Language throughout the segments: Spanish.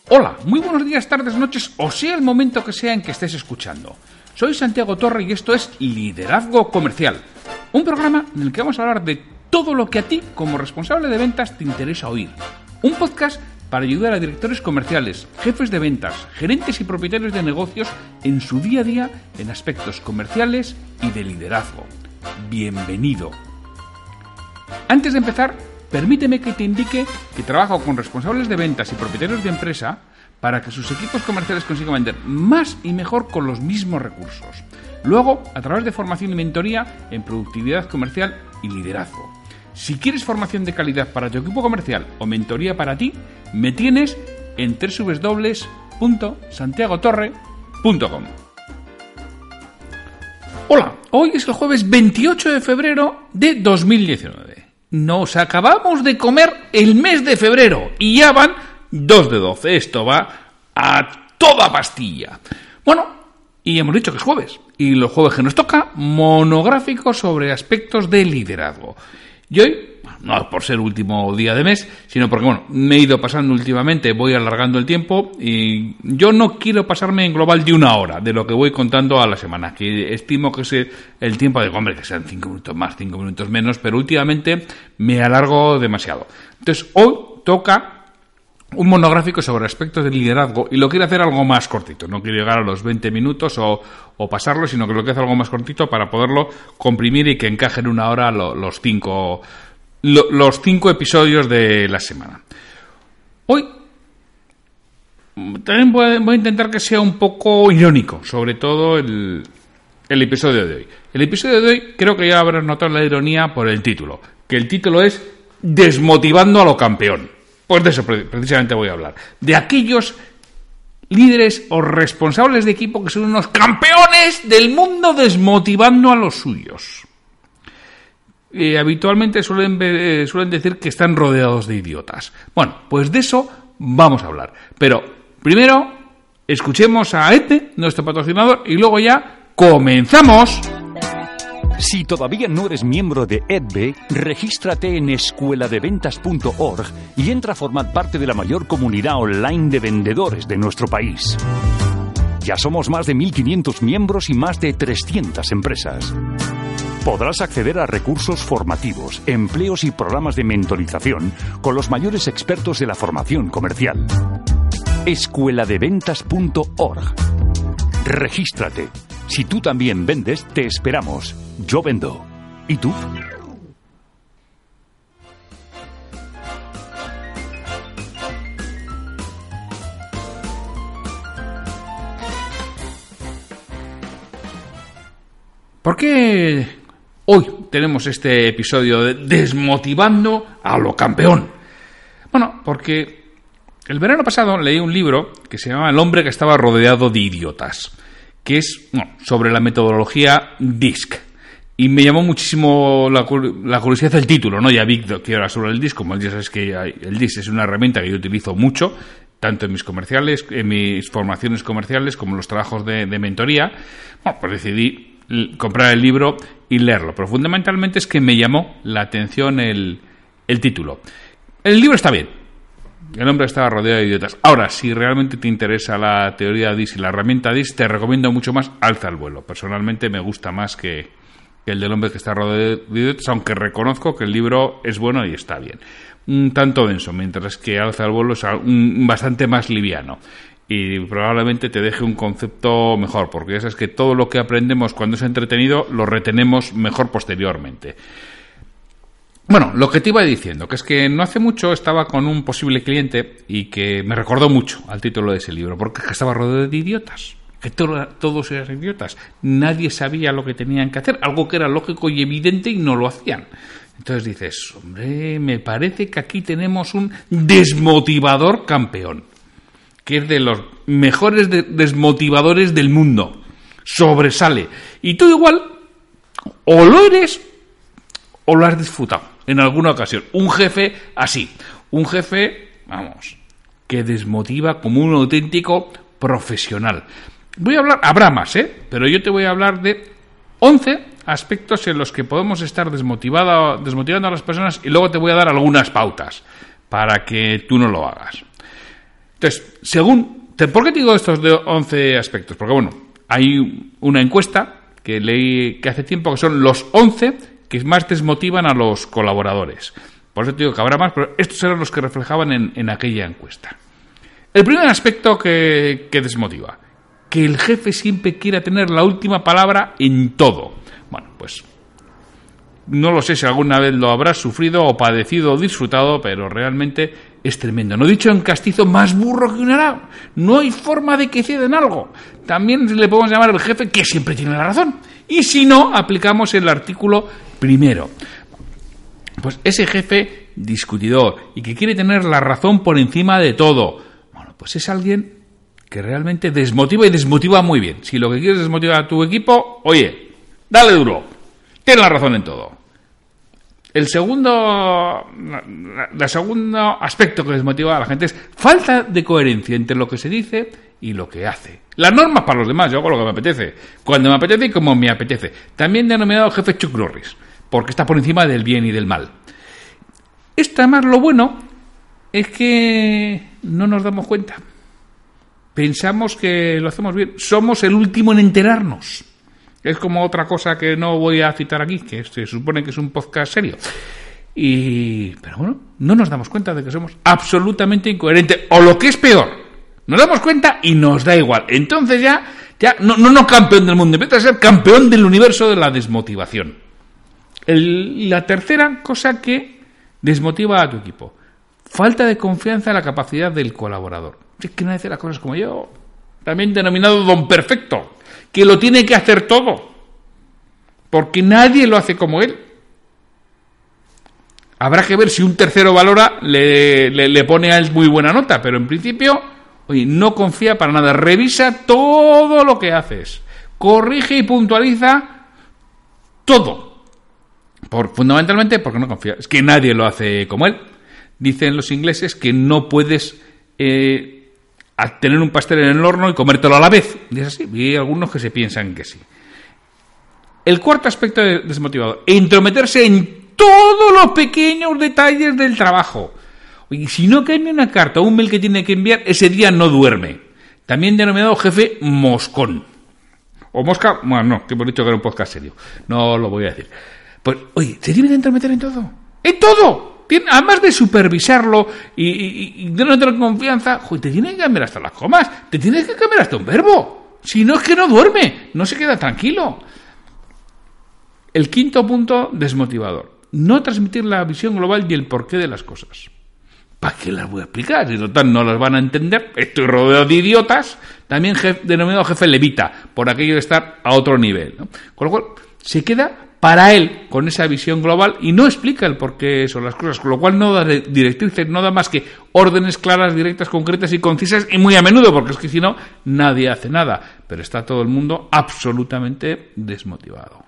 Hola, muy buenos días, tardes, noches, o sea el momento que sea en que estés escuchando. Soy Santiago Torre y esto es Liderazgo Comercial, un programa en el que vamos a hablar de todo lo que a ti, como responsable de ventas, te interesa oír. Un podcast para ayudar a directores comerciales, jefes de ventas, gerentes y propietarios de negocios en su día a día en aspectos comerciales y de liderazgo. Bienvenido. Antes de empezar, permíteme que te indique que trabajo con responsables de ventas y propietarios de empresa para que sus equipos comerciales consigan vender más y mejor con los mismos recursos. Luego, a través de formación y mentoría en productividad comercial y liderazgo. Si quieres formación de calidad para tu equipo comercial o mentoría para ti, me tienes en www.santiagotorre.com. Hola, hoy es el jueves 28 de febrero de 2019. Nos acabamos de comer el mes de febrero y ya van 2 de 12. Esto va a toda pastilla. Bueno, y hemos dicho que es jueves. Y los jueves que nos toca, monográfico sobre aspectos de liderazgo. Y hoy, no por ser último día de mes, sino porque, me he ido pasando últimamente, voy alargando el tiempo y yo no quiero pasarme en global de 1 hora de lo que voy contando a la semana, que estimo que es el tiempo de, que sean 5 minutos más, 5 minutos menos, pero últimamente me alargo demasiado. Entonces, hoy toca un monográfico sobre aspectos de liderazgo y lo quiero hacer algo más cortito. No quiero llegar a los 20 minutos o pasarlo, sino que lo quiero hacer algo más cortito para poderlo comprimir y que encaje en 1 hora los 5 episodios de la semana. Hoy también voy a intentar que sea un poco irónico, sobre todo el episodio de hoy. El episodio de hoy creo que ya habrás notado la ironía por el título, que el título es Desmotivando a lo campeón. Pues de eso precisamente voy a hablar. De aquellos líderes o responsables de equipo que son unos campeones del mundo desmotivando a los suyos. Habitualmente suelen decir que están rodeados de idiotas. Bueno, pues de eso vamos a hablar. Pero primero escuchemos a ETBE, nuestro patrocinador, y luego ya comenzamos. Si todavía no eres miembro de ETBE, regístrate en escueladeventas.org y entra a formar parte de la mayor comunidad online de vendedores de nuestro país. Ya somos más de 1.500 miembros y más de 300 empresas. Podrás acceder a recursos formativos, empleos y programas de mentorización con los mayores expertos de la formación comercial. Escueladeventas.org. Regístrate. Si tú también vendes, te esperamos. Yo vendo. ¿Y tú? ¿Por qué hoy tenemos este episodio de Desmotivando a lo campeón? Bueno, porque el verano pasado leí un libro que se llama El hombre que estaba rodeado de idiotas, que es sobre la metodología DISC. Y me llamó muchísimo la curiosidad del título, ¿no? Ya vi que era sobre el DISC, como ya sabes que el DISC es una herramienta que yo utilizo mucho, tanto en mis comerciales, en mis formaciones comerciales, como en los trabajos de mentoría. Bueno, pues decidí comprar el libro y leerlo. Pero fundamentalmente es que me llamó la atención el título. El libro está bien. El hombre estaba rodeado de idiotas. Ahora, si realmente te interesa la teoría DISC y la herramienta DISC, te recomiendo mucho más Alza el vuelo. Personalmente me gusta más que el del hombre que está rodeado de idiotas, aunque reconozco que el libro es bueno y está bien. Un tanto denso, mientras que Alza el vuelo es bastante más liviano. Y probablemente te deje un concepto mejor, porque ya sabes que todo lo que aprendemos cuando es entretenido lo retenemos mejor posteriormente. Bueno, lo que te iba diciendo, que es que no hace mucho estaba con un posible cliente y que me recordó mucho al título de ese libro, porque es que estaba rodeado de idiotas, que todos eran idiotas, nadie sabía lo que tenían que hacer, algo que era lógico y evidente y no lo hacían. Entonces dices, hombre, me parece que aquí tenemos un desmotivador campeón, que es de los mejores desmotivadores del mundo, sobresale, y tú igual o lo eres o lo has disfrutado en alguna ocasión. Un jefe así. Un jefe, que desmotiva como un auténtico profesional. Voy a hablar, habrá más, pero yo te voy a hablar de 11 aspectos en los que podemos estar desmotivando a las personas y luego te voy a dar algunas pautas para que tú no lo hagas. Entonces, ¿por qué te digo estos de 11 aspectos? Porque, bueno, hay una encuesta que leí que hace tiempo que son los 11 que más desmotivan a los colaboradores. Por eso te digo que habrá más, pero estos eran los que reflejaban en aquella encuesta. El primer aspecto que desmotiva, que el jefe siempre quiera tener la última palabra en todo. Bueno, pues no lo sé si alguna vez lo habrás sufrido o padecido o disfrutado, pero realmente es tremendo. No dicho en castizo, más burro que un arao. No hay forma de que ceda en algo. También le podemos llamar al jefe que siempre tiene la razón. Y si no, aplicamos el artículo primero. Pues ese jefe discutidor y que quiere tener la razón por encima de todo, bueno, pues es alguien que realmente desmotiva y desmotiva muy bien. Si lo que quieres es desmotivar a tu equipo, oye, dale duro. Ten la razón en todo. El segundo aspecto que desmotiva a la gente es falta de coherencia entre lo que se dice y lo que hace. Las normas para los demás, yo hago lo que me apetece, cuando me apetece y como me apetece. También denominado jefe Chuck Norris, porque está por encima del bien y del mal. Además, lo bueno es que no nos damos cuenta. Pensamos que lo hacemos bien. Somos el último en enterarnos. Es como otra cosa que no voy a citar aquí, que se supone que es un podcast serio. Pero bueno, no nos damos cuenta de que somos absolutamente incoherentes. O lo que es peor, nos damos cuenta y nos da igual. Entonces ya no campeón del mundo, empieza a ser campeón del universo de la desmotivación. La tercera cosa que desmotiva a tu equipo, falta de confianza en la capacidad del colaborador. Es que no hace las cosas como yo, también denominado don perfecto, que lo tiene que hacer todo, porque nadie lo hace como él. Habrá que ver si un tercero valora, le pone a él muy buena nota, pero en principio, oye, no confía para nada. Revisa todo lo que haces, corrige y puntualiza todo, fundamentalmente porque no confía. Es que nadie lo hace como él. Dicen los ingleses que no puedes tener un pastel en el horno y comértelo a la vez. Y es así, y hay algunos que se piensan que sí. El cuarto aspecto desmotivador, entrometerse en todos los pequeños detalles del trabajo. Y si no cae ni una carta o un mail que tiene que enviar, ese día no duerme. También denominado jefe moscón. O mosca, bueno, no, que hemos dicho que era un podcast serio. No lo voy a decir. Pues, oye, se debe de entrometer en todo. ¡En todo! Además de supervisarlo y de no tener confianza, joder, te tiene que cambiar hasta las comas, te tienes que cambiar hasta un verbo. Si no, es que no duerme, no se queda tranquilo. El quinto punto desmotivador, no transmitir la visión global y el porqué de las cosas. ¿Para qué las voy a explicar? Si total no las van a entender, estoy rodeado de idiotas. También denominado jefe levita, por aquello de estar a otro nivel, ¿no? Con lo cual, se queda para él con esa visión global y no explica el porqué son las cosas, con lo cual no da directrices, no da más que órdenes claras, directas, concretas y concisas, y muy a menudo, porque es que si no, nadie hace nada, pero está todo el mundo absolutamente desmotivado.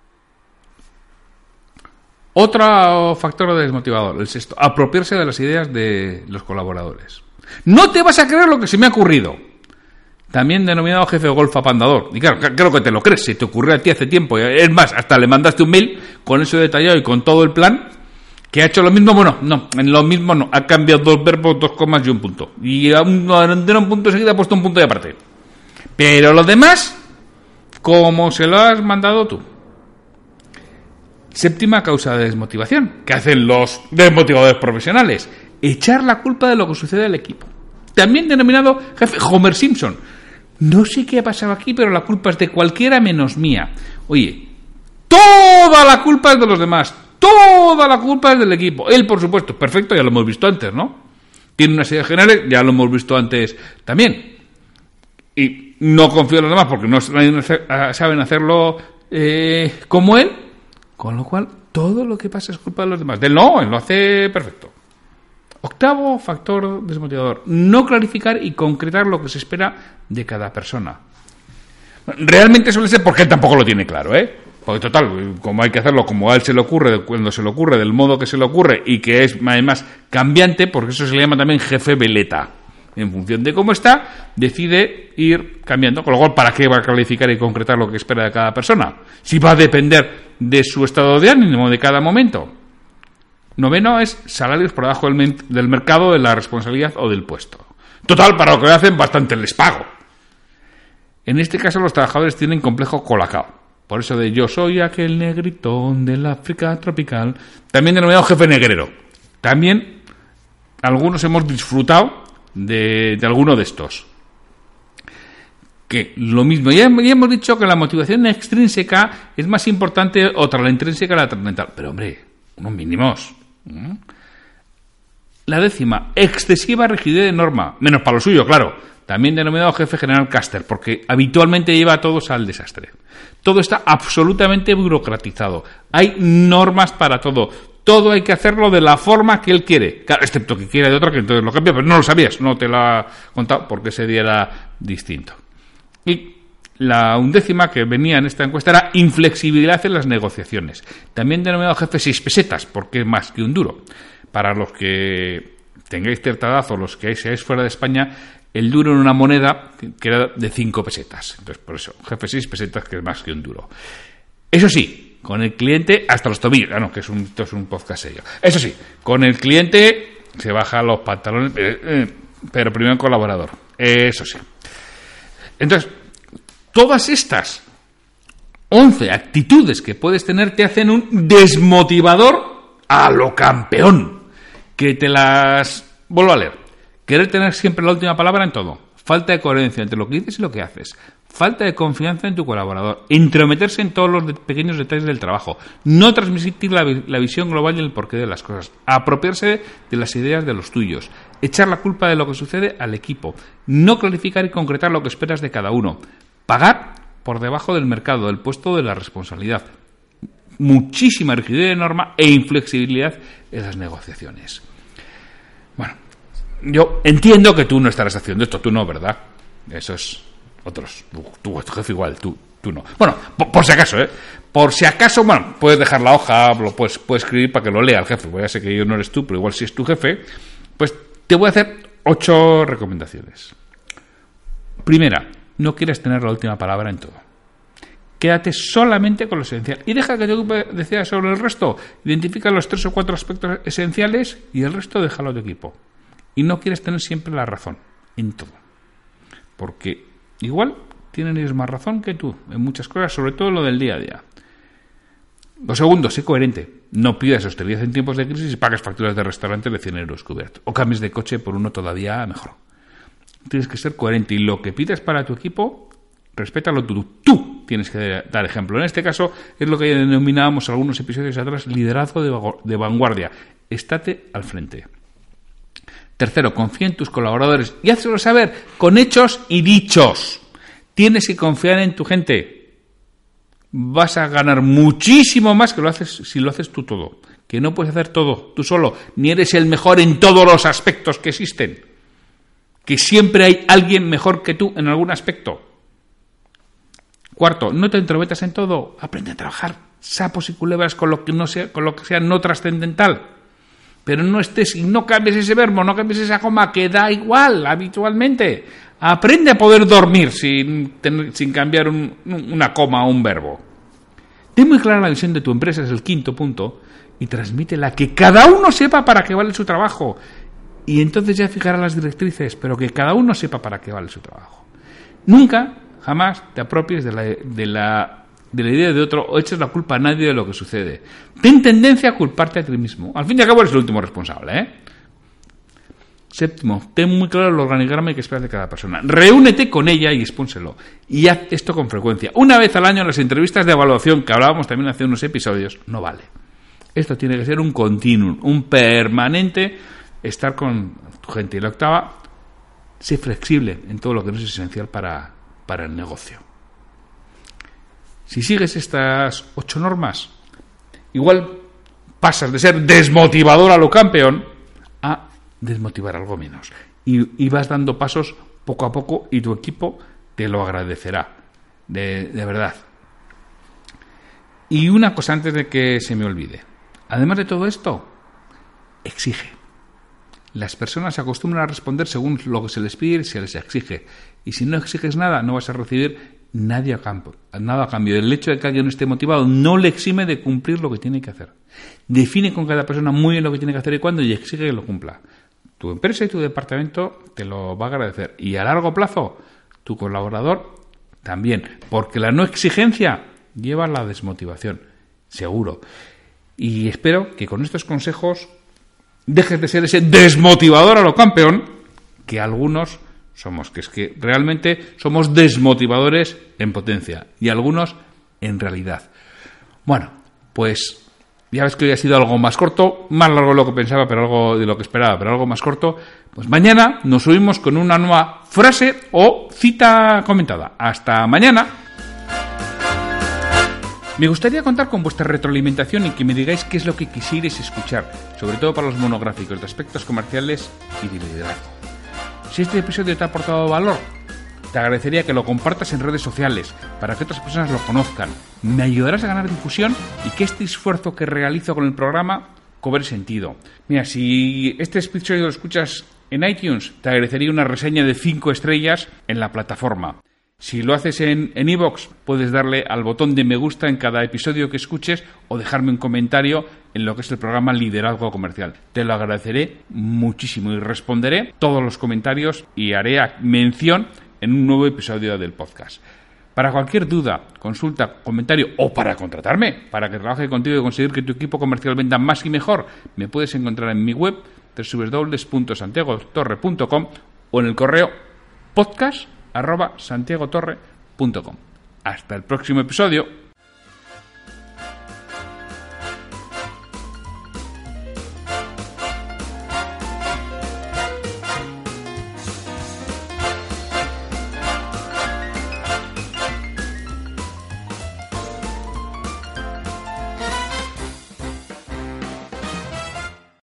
Otro factor desmotivador, el sexto, apropiarse de las ideas de los colaboradores. No te vas a creer lo que se me ha ocurrido. También denominado jefe golfa pandador. Y claro, creo que te lo crees, se te ocurrió a ti hace tiempo. Es más, hasta le mandaste un mail con eso detallado y con todo el plan, que ha hecho lo mismo. Bueno, no, en lo mismo no. Ha cambiado 2 verbos, 2 comas y un punto. Y a un punto seguido ha puesto un punto de aparte. Pero lo demás, como se lo has mandado tú. Séptima causa de desmotivación, que hacen los desmotivadores profesionales. Echar la culpa de lo que sucede al equipo. También denominado jefe Homer Simpson. No sé qué ha pasado aquí, pero la culpa es de cualquiera menos mía. Oye, toda la culpa es de los demás. Toda la culpa es del equipo. Él, por supuesto, perfecto, ya lo hemos visto antes, ¿no? Tiene una serie general, ya lo hemos visto antes también. Y no confío en los demás porque no saben hacerlo como él. Con lo cual, todo lo que pasa es culpa de los demás. De él no, él lo hace perfecto. Octavo factor desmotivador, no clarificar y concretar lo que se espera de cada persona. Realmente suele ser porque él tampoco lo tiene claro, ¿eh? Porque total, como hay que hacerlo como a él se le ocurre, cuando se le ocurre, del modo que se le ocurre y que es además cambiante, porque eso se le llama también jefe veleta. En función de cómo está, decide ir cambiando. Con lo cual, ¿para qué va a clarificar y concretar lo que espera de cada persona? Si va a depender de su estado de ánimo de cada momento. Noveno es salarios por debajo del mercado, de la responsabilidad o del puesto. Total, para lo que hacen, bastante les pago. En este caso, los trabajadores tienen complejo colacao. Por eso de yo soy aquel negritón del África tropical, también denominado jefe negrero. También algunos hemos disfrutado de alguno de estos. Que lo mismo, ya hemos dicho que la motivación extrínseca es más importante otra la intrínseca la trascendental. Pero hombre, unos mínimos. La 10ª, excesiva rigidez de norma, menos para lo suyo, claro. También denominado jefe general caster, porque habitualmente lleva a todos al desastre. Todo está absolutamente burocratizado. Hay normas para todo. Todo hay que hacerlo de la forma que él quiere. Claro, excepto que quiera de otra, que entonces lo cambia, pero no lo sabías, no te lo ha contado porque ese día era distinto. Y la 11ª que venía en esta encuesta era inflexibilidad en las negociaciones. También denominado jefe 6 pesetas, porque es más que un duro. Para los que tengáis cierta edad o los que seáis fuera de España, el duro en una moneda que era de 5 pesetas. Entonces, por eso, jefe 6 pesetas, que es más que un duro. Eso sí, con el cliente hasta los tobillos. Ah, no, que esto es un podcast serio. Eso sí, con el cliente se baja los pantalones, pero primero el colaborador. Eso sí. Entonces, todas estas 11 actitudes que puedes tener te hacen un desmotivador a lo campeón. Que te las vuelvo a leer. Querer tener siempre la última palabra en todo. Falta de coherencia entre lo que dices y lo que haces. Falta de confianza en tu colaborador. Intrometerse en todos los pequeños detalles del trabajo. No transmitir la visión global y el porqué de las cosas. Apropiarse de las ideas de los tuyos. Echar la culpa de lo que sucede al equipo. No clarificar y concretar lo que esperas de cada uno. Pagar por debajo del mercado, del puesto de la responsabilidad. Muchísima rigidez de norma e inflexibilidad en las negociaciones. Bueno, yo entiendo que tú no estarás haciendo esto, tú no, ¿verdad? Eso es otros. Tu jefe igual, tú no. Bueno, por si acaso, Por si acaso, bueno, puedes dejar la hoja, lo puedes escribir para que lo lea el jefe. Pues ya sé que yo no eres tú, pero igual si es tu jefe, pues te voy a hacer 8 recomendaciones. Primera, no quieres tener la última palabra en todo. Quédate solamente con lo esencial y deja que tu equipo decida sobre el resto. Identifica los 3 o 4 aspectos esenciales y el resto déjalo a tu equipo. Y no quieres tener siempre la razón en todo. Porque igual tienen ellos más razón que tú en muchas cosas, sobre todo lo del día a día. Lo segundo, sé coherente. No pidas austeridad en tiempos de crisis y pagues facturas de restaurante de 100 euros cubierto. O cambies de coche por uno todavía mejor. Tienes que ser coherente y lo que pidas para tu equipo, respétalo tú. Tú tienes que dar ejemplo. En este caso es lo que denominábamos algunos episodios atrás liderazgo de vanguardia. Estate al frente. Tercero, confía en tus colaboradores y hazlo saber con hechos y dichos. Tienes que confiar en tu gente. Vas a ganar muchísimo más que si lo haces tú todo. Que no puedes hacer todo tú solo, ni eres el mejor en todos los aspectos que existen. Que siempre hay alguien mejor que tú en algún aspecto. Cuarto, no te entrometas en todo. Aprende a trabajar sapos y culebras con lo que sea no trascendental. Pero no estés y no cambies ese verbo, no cambies esa coma, que da igual habitualmente. Aprende a poder dormir sin cambiar una coma o un verbo. Ten muy clara la visión de tu empresa, es el 5º punto, y transmítela, que cada uno sepa para qué vale su trabajo. Y entonces ya fijará las directrices, pero que cada uno sepa para qué vale su trabajo. Nunca, jamás te apropies de la idea de otro o eches la culpa a nadie de lo que sucede. Ten tendencia a culparte a ti mismo. Al fin y al cabo eres el último responsable, Séptimo, ten muy claro el organigrama y que esperas de cada persona. Reúnete con ella y expónselo. Y haz esto con frecuencia. Una vez al año en las entrevistas de evaluación, que hablábamos también hace unos episodios, no vale. Esto tiene que ser un continuum, un permanente estar con tu gente. Y la octava, sé flexible en todo lo que no es esencial para el negocio. Si sigues estas 8 normas, igual pasas de ser desmotivador a lo campeón a desmotivar algo menos. Y vas dando pasos poco a poco y tu equipo te lo agradecerá. De verdad. Y una cosa antes de que se me olvide. Además de todo esto, exige. Las personas se acostumbran a responder según lo que se les pide y se les exige. Y si no exiges nada, no vas a recibir nada a cambio. El hecho de que alguien no esté motivado no le exime de cumplir lo que tiene que hacer. Define con cada persona muy bien lo que tiene que hacer y cuándo y exige que lo cumpla. tu empresa y tu departamento te lo va a agradecer. Y a largo plazo, tu colaborador también. Porque la no exigencia lleva a la desmotivación, seguro. Y espero que con estos consejos dejes de ser ese desmotivador a lo campeón que algunos somos. Que es que realmente somos desmotivadores en potencia. Y algunos en realidad. Bueno, pues ya ves que hoy ha sido algo más corto, más largo de lo que pensaba, pero algo de lo que esperaba, pero algo más corto. Pues mañana nos subimos con una nueva frase o cita comentada. Hasta mañana. Me gustaría contar con vuestra retroalimentación y que me digáis qué es lo que quisierais escuchar, sobre todo para los monográficos de aspectos comerciales y de liderazgo. Si este episodio te ha aportado valor, te agradecería que lo compartas en redes sociales para que otras personas lo conozcan. Me ayudarás a ganar difusión y que este esfuerzo que realizo con el programa cobre sentido. Mira, si este episodio lo escuchas en iTunes, te agradecería una reseña de 5 estrellas en la plataforma. Si lo haces en iVoox, puedes darle al botón de me gusta en cada episodio que escuches o dejarme un comentario en lo que es el programa Liderazgo Comercial. Te lo agradeceré muchísimo y responderé todos los comentarios y haré mención en un nuevo episodio del podcast. Para cualquier duda, consulta, comentario o para contratarme, para que trabaje contigo y conseguir que tu equipo comercial venda más y mejor, me puedes encontrar en mi web www.santiagotorre.com o en el correo podcast@santiagotorre.com. Hasta el próximo episodio.